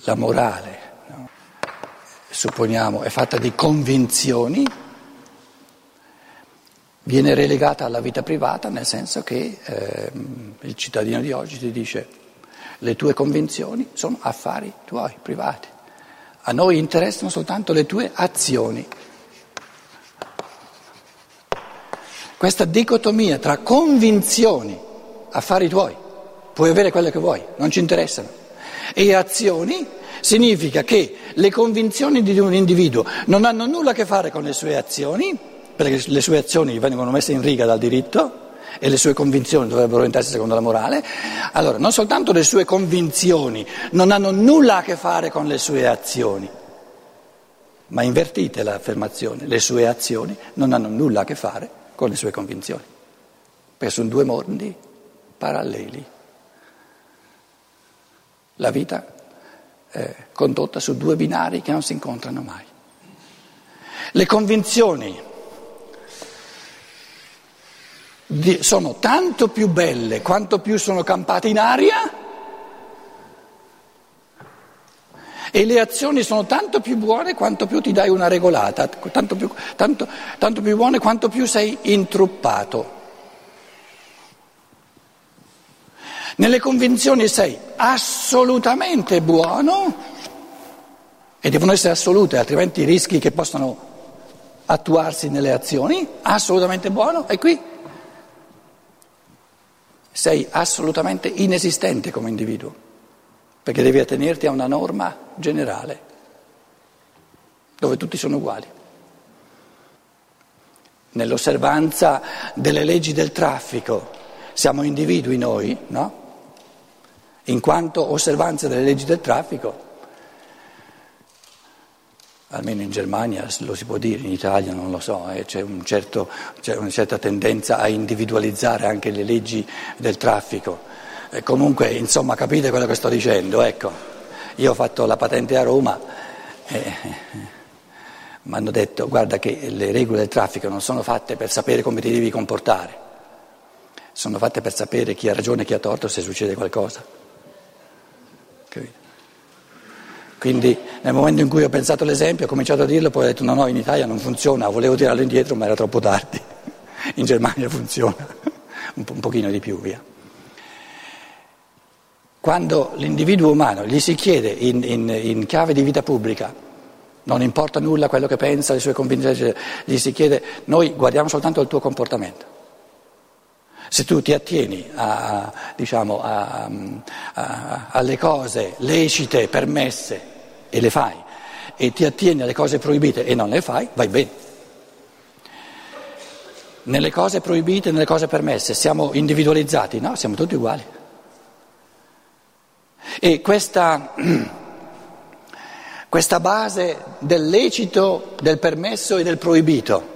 la morale, no? Supponiamo è fatta di convinzioni, viene relegata alla vita privata, nel senso che il cittadino di oggi ti dice le tue convinzioni sono affari tuoi, privati, a noi interessano soltanto le tue azioni. Questa dicotomia tra convinzioni, affari tuoi, puoi avere quello che vuoi, non ci interessano, e azioni significa che le convinzioni di un individuo non hanno nulla a che fare con le sue azioni, perché le sue azioni vengono messe in riga dal diritto e le sue convinzioni dovrebbero orientarsi secondo la morale. Allora, non soltanto le sue convinzioni non hanno nulla a che fare con le sue azioni, ma invertite l'affermazione, le sue azioni non hanno nulla a che fare con le sue convinzioni, perché sono due mondi paralleli. La vita è condotta su due binari che non si incontrano mai. Le convinzioni sono tanto più belle quanto più sono campate in aria, e le azioni sono tanto più buone quanto più ti dai una regolata, tanto più buone quanto più sei intruppato. Nelle convinzioni sei assolutamente buono, e devono essere assolute, altrimenti rischi che possano attuarsi nelle azioni, assolutamente buono, e qui sei assolutamente inesistente come individuo, perché devi attenerti a una norma generale, dove tutti sono uguali. Nell'osservanza delle leggi del traffico siamo individui noi, no? In quanto osservanza delle leggi del traffico, almeno in Germania lo si può dire, in Italia non lo so, c'è una certa tendenza a individualizzare anche le leggi del traffico. Comunque, insomma, capite quello che sto dicendo, ecco. Io ho fatto la patente a Roma e mi hanno detto: guarda che le regole del traffico non sono fatte per sapere come ti devi comportare, sono fatte per sapere chi ha ragione e chi ha torto se succede qualcosa. Capite? Quindi nel momento in cui ho pensato all'esempio, ho cominciato a dirlo, poi ho detto no, in Italia non funziona, volevo tirarlo indietro ma era troppo tardi, in Germania funziona, un pochino di più, via. Quando l'individuo umano gli si chiede in chiave di vita pubblica, non importa nulla quello che pensa, le sue convinzioni, gli si chiede: noi guardiamo soltanto il tuo comportamento. Se tu ti attieni alle cose lecite, permesse, e le fai, e ti attieni alle cose proibite e non le fai, vai bene. Nelle cose proibite, nelle cose permesse siamo individualizzati? No, siamo tutti uguali. E questa base del lecito, del permesso e del proibito,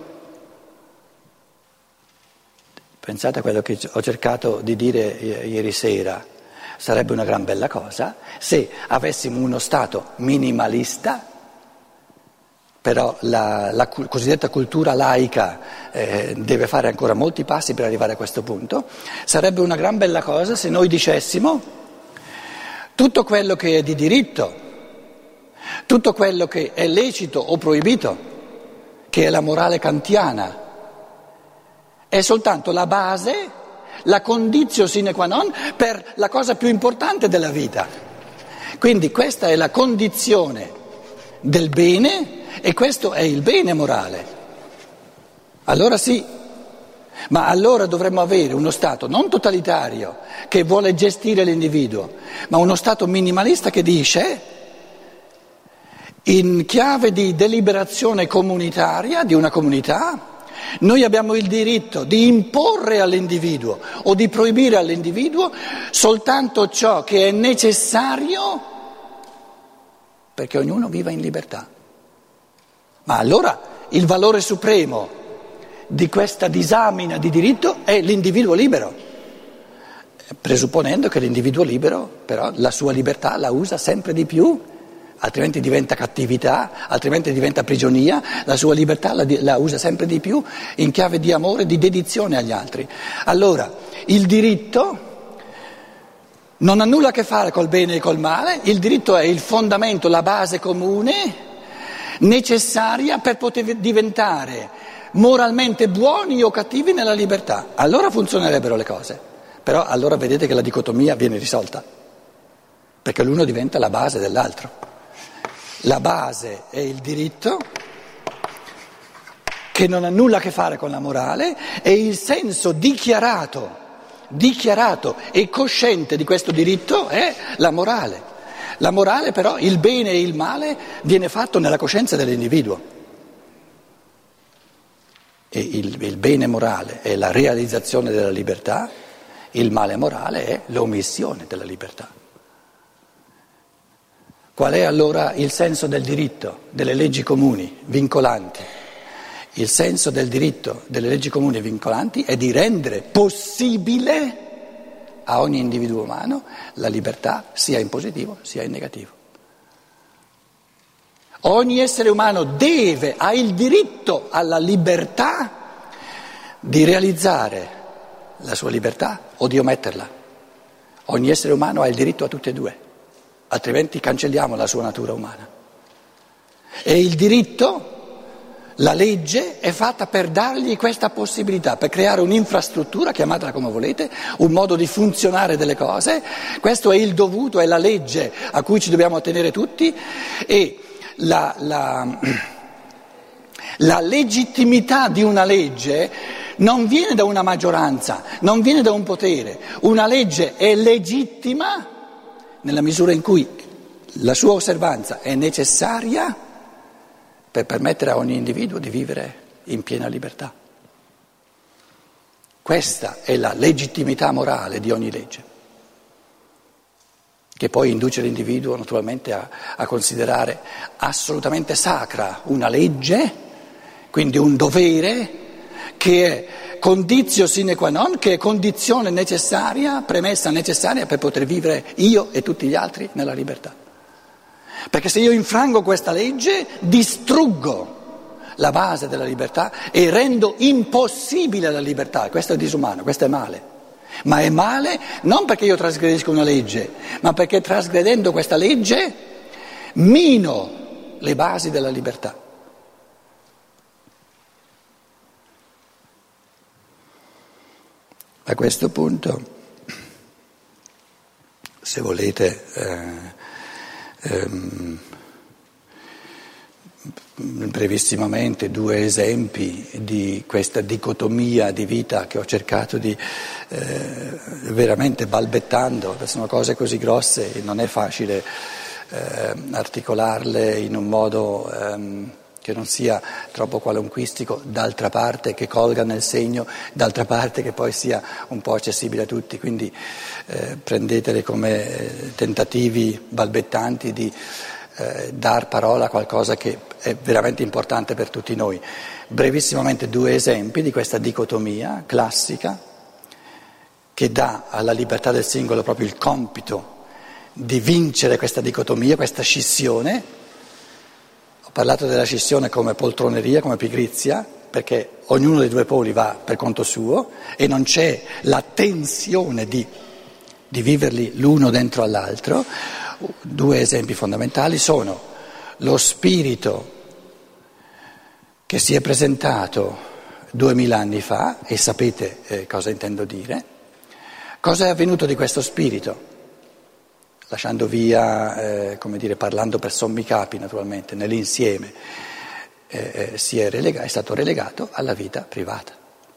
pensate a quello che ho cercato di dire ieri sera, sarebbe una gran bella cosa se avessimo uno Stato minimalista, però la cosiddetta cultura laica deve fare ancora molti passi per arrivare a questo punto. Sarebbe una gran bella cosa se noi dicessimo: tutto quello che è di diritto, tutto quello che è lecito o proibito, che è la morale kantiana, è soltanto la base, la conditio sine qua non per la cosa più importante della vita. Quindi questa è la condizione del bene e questo è il bene morale. Allora sì, ma allora dovremmo avere uno Stato non totalitario che vuole gestire l'individuo, ma uno Stato minimalista che dice: in chiave di deliberazione comunitaria di una comunità, noi abbiamo il diritto di imporre all'individuo o di proibire all'individuo soltanto ciò che è necessario perché ognuno viva in libertà. Ma allora il valore supremo di questa disamina di diritto è l'individuo libero, presupponendo che l'individuo libero però la sua libertà la usa sempre di più, altrimenti diventa cattività, altrimenti diventa prigionia, la sua libertà la usa sempre di più in chiave di amore, di dedizione agli altri. Allora, il diritto non ha nulla a che fare col bene e col male, il diritto è il fondamento, la base comune necessaria per poter diventare moralmente buoni o cattivi nella libertà. Allora funzionerebbero le cose, però allora vedete che la dicotomia viene risolta, perché l'uno diventa la base dell'altro. La base è il diritto, che non ha nulla a che fare con la morale, e il senso dichiarato e cosciente di questo diritto è la morale. La morale però, il bene e il male, viene fatto nella coscienza dell'individuo. E il bene morale è la realizzazione della libertà, il male morale è l'omissione della libertà. Qual è allora il senso del diritto, delle leggi comuni vincolanti? Il senso del diritto, delle leggi comuni vincolanti, è di rendere possibile a ogni individuo umano la libertà sia in positivo sia in negativo. Ogni essere umano ha il diritto alla libertà di realizzare la sua libertà o di ometterla. Ogni essere umano ha il diritto a tutte e due, altrimenti cancelliamo la sua natura umana. E il diritto, la legge, è fatta per dargli questa possibilità, per creare un'infrastruttura, chiamatela come volete, un modo di funzionare delle cose. Questo è il dovuto, è la legge a cui ci dobbiamo attenere tutti, e la legittimità di una legge non viene da una maggioranza, non viene da un potere. Una legge è legittima nella misura in cui la sua osservanza è necessaria per permettere a ogni individuo di vivere in piena libertà. Questa è la legittimità morale di ogni legge, che poi induce l'individuo naturalmente a considerare assolutamente sacra una legge, quindi un dovere che è conditio sine qua non, che è condizione necessaria, premessa necessaria per poter vivere io e tutti gli altri nella libertà. Perché se io infrango questa legge, distruggo la base della libertà e rendo impossibile la libertà. Questo è disumano, questo è male. Ma è male non perché io trasgredisco una legge, ma perché trasgredendo questa legge mino le basi della libertà. A questo punto, se volete, brevissimamente 2 esempi di questa dicotomia di vita che ho cercato di veramente balbettando, sono cose così grosse e non è facile articolarle in un modo che non sia troppo qualunquistico, d'altra parte che colga nel segno, d'altra parte che poi sia un po' accessibile a tutti, quindi prendetele come tentativi balbettanti di dar parola a qualcosa che è veramente importante per tutti noi. Brevissimamente 2 esempi di questa dicotomia classica che dà alla libertà del singolo proprio il compito di vincere questa dicotomia, questa scissione. Ho parlato della scissione come poltroneria, come pigrizia, perché ognuno dei 2 poli va per conto suo e non c'è la tensione di viverli l'uno dentro all'altro. 2 esempi fondamentali sono lo spirito che si è presentato 2000 anni fa, e sapete cosa intendo dire. Cosa è avvenuto di questo spirito? Lasciando via, parlando per sommi capi naturalmente, nell'insieme, è stato relegato alla vita privata.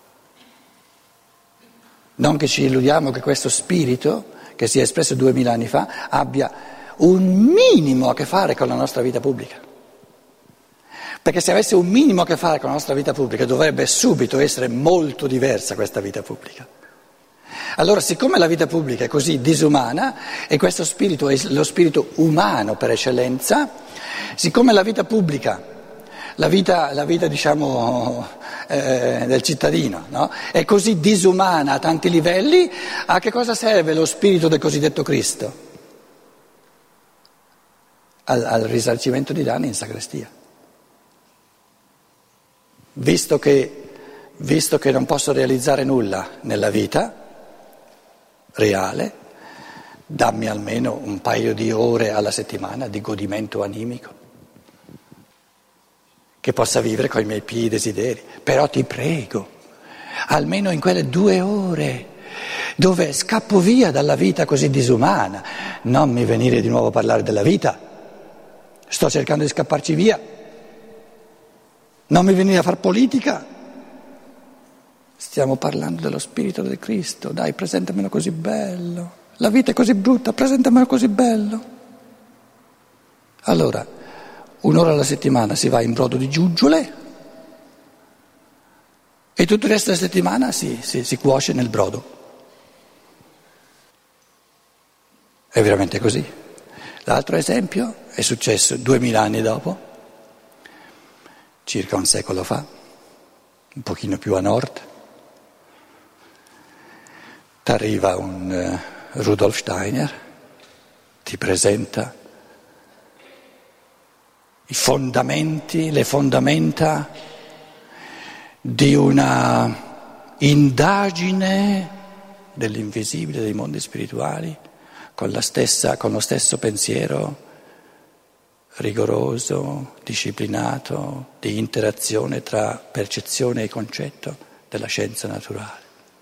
Non che ci illudiamo che questo spirito, che si è espresso 2000 anni fa, abbia un minimo a che fare con la nostra vita pubblica. Perché se avesse un minimo a che fare con la nostra vita pubblica, dovrebbe subito essere molto diversa questa vita pubblica. Allora, siccome la vita pubblica è così disumana e questo spirito è lo spirito umano per eccellenza, siccome la vita pubblica, la vita del cittadino, no? È così disumana a tanti livelli, a che cosa serve lo spirito del cosiddetto Cristo? Al risarcimento di danni in sacrestia. Visto che non posso realizzare nulla nella vita reale, dammi almeno un paio di ore alla settimana di godimento animico, che possa vivere con i miei pii desideri. Però ti prego, almeno in quelle 2 ore dove scappo via dalla vita così disumana, non mi venire di nuovo a parlare della vita, sto cercando di scapparci via, non mi venire a far politica, stiamo parlando dello Spirito di Cristo, dai, presentamelo così bello, la vita è così brutta, presentamelo così bello. Allora, 1 ora alla settimana si va in brodo di giuggiole e tutto il resto della settimana si cuoce nel brodo. È veramente così. L'altro esempio è successo 2000 anni dopo, circa un secolo fa, un pochino più a nord. T'arriva un Rudolf Steiner, ti presenta i fondamenti, le fondamenta di una indagine dell'invisibile, dei mondi spirituali, con lo stesso pensiero rigoroso, disciplinato, di interazione tra percezione e concetto della scienza naturale.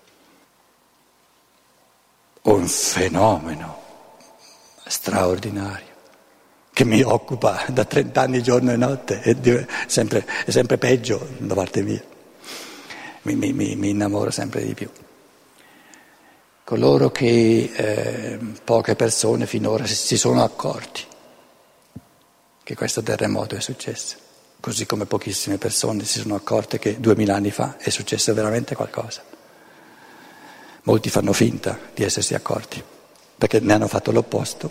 Un fenomeno straordinario che mi occupa da 30 anni giorno e notte, è sempre peggio da parte mia, mi innamoro sempre di più. Coloro che poche persone finora si sono accorti che questo terremoto è successo, così come pochissime persone si sono accorte che 2000 anni fa è successo veramente qualcosa. Molti fanno finta di essersi accorti, perché ne hanno fatto l'opposto,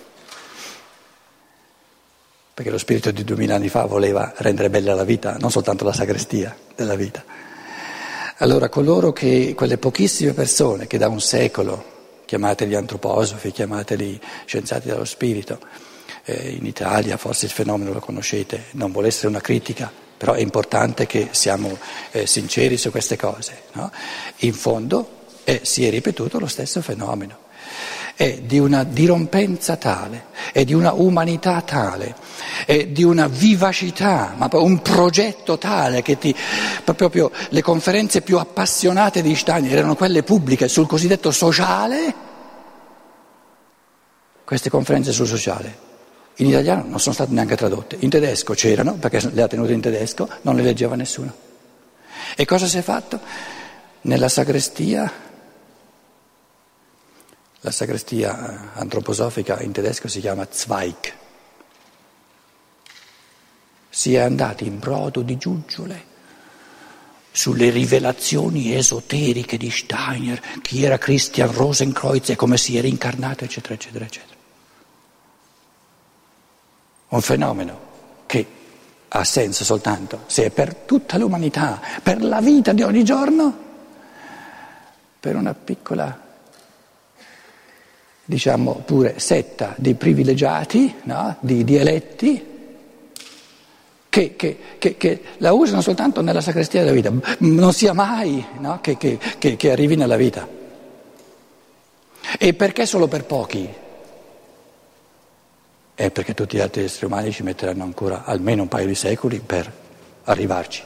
perché lo spirito di 2000 anni fa voleva rendere bella la vita, non soltanto la sagrestia della vita. Allora quelle pochissime persone che da un secolo, chiamateli antroposofi, chiamateli scienziati dello spirito, in Italia forse il fenomeno lo conoscete, non vuole essere una critica, però è importante che siamo sinceri su queste cose, no? In fondo si è ripetuto lo stesso fenomeno, è di una dirompenza tale, è di una umanità tale, è di una vivacità, ma un progetto tale che proprio le conferenze più appassionate di Steiner erano quelle pubbliche sul cosiddetto sociale. Queste conferenze sul sociale in italiano non sono state neanche tradotte, in tedesco c'erano perché le ha tenute in tedesco, non le leggeva nessuno. E cosa si è fatto? Nella sagrestia, la sagrestia antroposofica in tedesco si chiama Zweig, si è andati in brodo di giuggiole sulle rivelazioni esoteriche di Steiner, chi era Christian Rosenkreuz e come si era incarnato, eccetera, eccetera, eccetera. Un fenomeno che ha senso soltanto se è per tutta l'umanità, per la vita di ogni giorno, per una piccola, diciamo pure, setta di privilegiati, no? di eletti, che la usano soltanto nella sagrestia della vita, non sia mai, no? che arrivi nella vita. E perché solo per pochi? È perché tutti gli altri esseri umani ci metteranno ancora almeno un paio di secoli per arrivarci.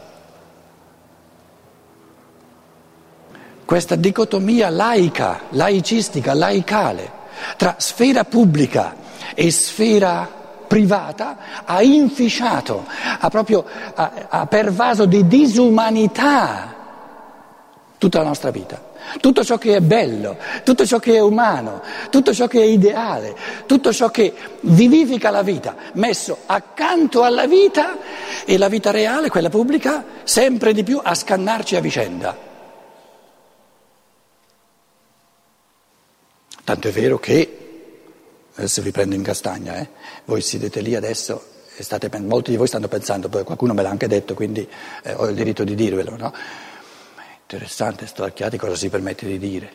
Questa dicotomia laica, laicistica, laicale, tra sfera pubblica e sfera privata ha inficiato, ha pervaso di disumanità tutta la nostra vita. Tutto ciò che è bello, tutto ciò che è umano, tutto ciò che è ideale, tutto ciò che vivifica la vita, messo accanto alla vita e la vita reale, quella pubblica, sempre di più a scannarci a vicenda. Tanto è vero che, adesso vi prendo in castagna, voi siete lì adesso e molti di voi stanno pensando, poi qualcuno me l'ha anche detto, quindi ho il diritto di dirvelo, no? Interessante, Stalacchiati cosa si permette di dire?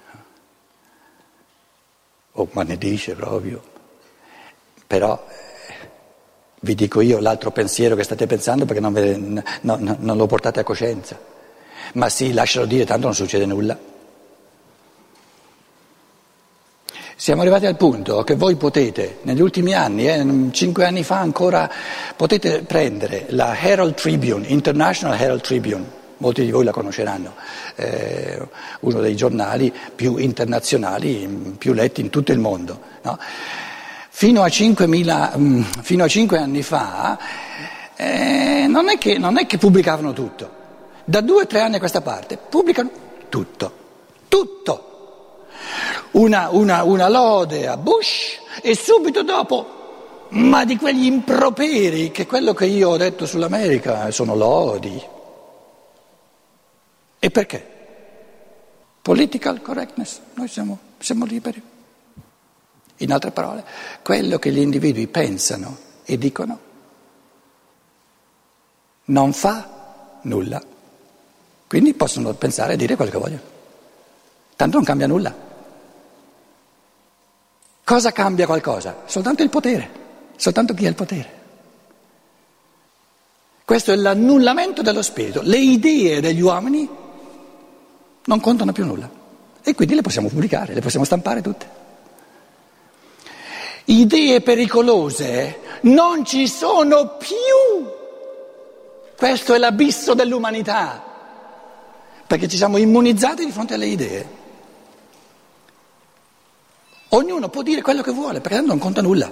Ma ne dice proprio. Però vi dico io l'altro pensiero che state pensando perché non lo portate a coscienza. Ma sì, lascialo dire, tanto non succede nulla. Siamo arrivati al punto che voi potete, negli ultimi anni, 5 anni fa ancora, potete prendere la Herald Tribune, International Herald Tribune, molti di voi la conosceranno, uno dei giornali più internazionali, più letti in tutto il mondo, no? Fino a 5 anni fa non è che pubblicavano tutto, da 2 o 3 anni a questa parte pubblicano tutto. Una lode a Bush e subito dopo, ma di quegli improperi, che quello che io ho detto sull'America sono lodi. E perché? Political correctness, noi siamo liberi. In altre parole, quello che gli individui pensano e dicono non fa nulla. Quindi possono pensare e dire quello che vogliono. Tanto non cambia nulla. Cosa cambia qualcosa? Soltanto il potere, soltanto chi ha il potere. Questo è l'annullamento dello spirito. Le idee degli uomini non contano più nulla e quindi le possiamo pubblicare, le possiamo stampare tutte. Idee pericolose non ci sono più. Questo è l'abisso dell'umanità, perché ci siamo immunizzati di fronte alle idee. Ognuno può dire quello che vuole, perché non conta nulla.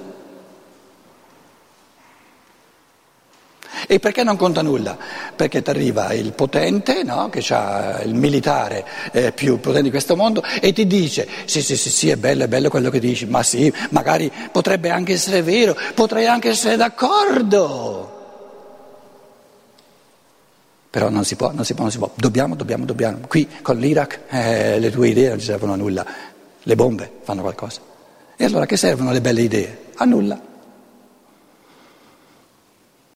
E perché non conta nulla? Perché ti arriva il potente, no? Che ha il militare più potente di questo mondo e ti dice sì, è bello quello che dici, ma sì, magari potrebbe anche essere vero, potrei anche essere d'accordo. Però non si può, dobbiamo. Qui con l'Iraq le tue idee non ci servono a nulla, le bombe fanno qualcosa. E allora che servono le belle idee? A nulla.